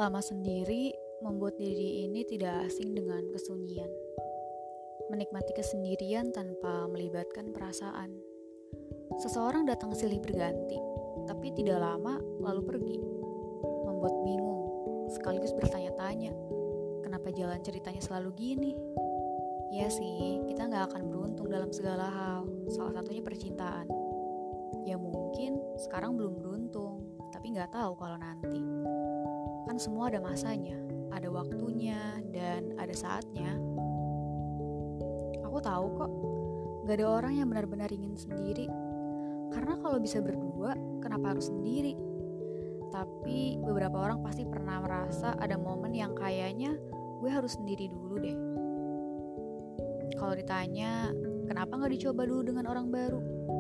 Lama sendiri membuat diri ini tidak asing dengan kesunyian. Menikmati kesendirian tanpa melibatkan perasaan. Seseorang datang silih berganti, tapi tidak lama lalu pergi. Membuat bingung, sekaligus bertanya-tanya, kenapa jalan ceritanya selalu gini? Ya sih, kita gak akan beruntung dalam segala hal, salah satunya percintaan. Ya mungkin sekarang belum beruntung, tapi gak tahu kalau nanti. Kan semua ada masanya, ada waktunya, dan ada saatnya. Aku tahu kok, gak ada orang yang benar-benar ingin sendiri. Karena kalau bisa berdua, kenapa harus sendiri? Tapi beberapa orang pasti pernah merasa ada momen yang kayaknya gue harus sendiri dulu deh. Kalau ditanya, kenapa gak dicoba dulu dengan orang baru?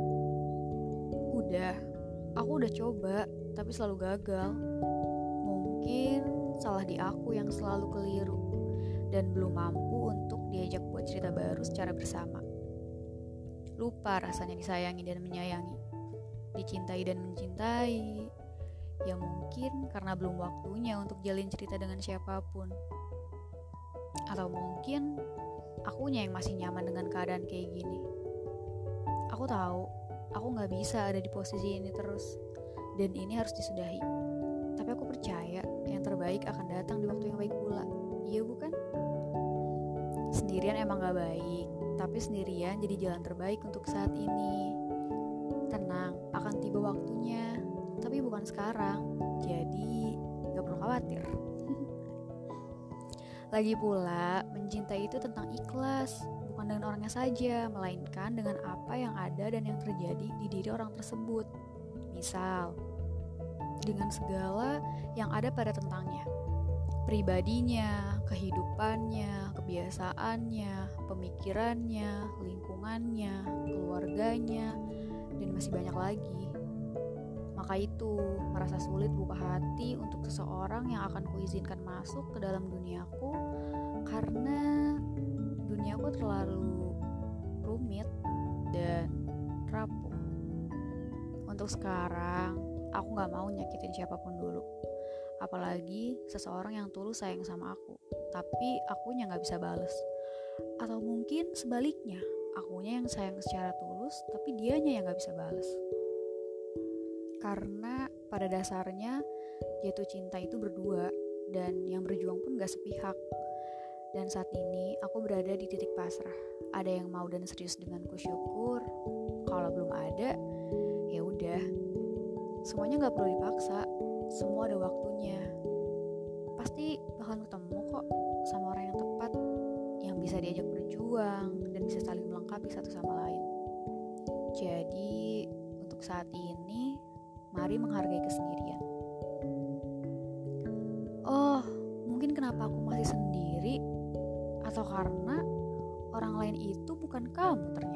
Aku udah coba, tapi selalu gagal. Mungkin salah di aku yang selalu keliru dan belum mampu untuk diajak buat cerita baru secara bersama. Lupa rasanya disayangi dan menyayangi, dicintai dan mencintai. Ya mungkin karena belum waktunya untuk jalin cerita dengan siapapun. Atau mungkin akunya yang masih nyaman dengan keadaan kayak gini. Aku tahu, aku gak bisa ada di posisi ini terus, dan ini harus disudahi. Tapi aku percaya yang terbaik akan datang di waktu yang baik pula. Iya bukan? Sendirian emang gak baik, tapi sendirian jadi jalan terbaik untuk saat ini. Tenang, akan tiba waktunya, tapi bukan sekarang. Jadi gak perlu khawatir. Lagi pula, mencintai itu tentang ikhlas, bukan dengan orangnya saja, melainkan dengan apa yang ada dan yang terjadi di diri orang tersebut. Misal, dengan segala yang ada pada tentangnya, pribadinya, kehidupannya, kebiasaannya, pemikirannya, lingkungannya, keluarganya, dan masih banyak lagi. Maka itu, merasa sulit buka hati untuk seseorang yang akan kuizinkan masuk ke dalam duniaku karena duniaku terlalu rumit dan rapuh. Untuk sekarang, aku gak mau nyakitin siapapun dulu. Apalagi seseorang yang tulus sayang sama aku, tapi akunya gak bisa bales. Atau mungkin sebaliknya, akunya yang sayang secara tulus, tapi dianya yang gak bisa bales. Karena pada dasarnya jatuh cinta itu berdua, dan yang berjuang pun gak sepihak. Dan saat ini aku berada di titik pasrah. Ada yang mau dan serius denganku, syukur. Kalau belum ada, ya udah. Semuanya gak perlu dipaksa, semua ada waktunya. Pasti bakal ketemu kok sama orang yang tepat, yang bisa diajak berjuang dan bisa saling melengkapi satu sama lain. Jadi untuk saat ini, mari menghargai kesendirian. Oh, mungkin kenapa aku masih sendiri? Atau karena orang lain itu bukan kamu ternyata?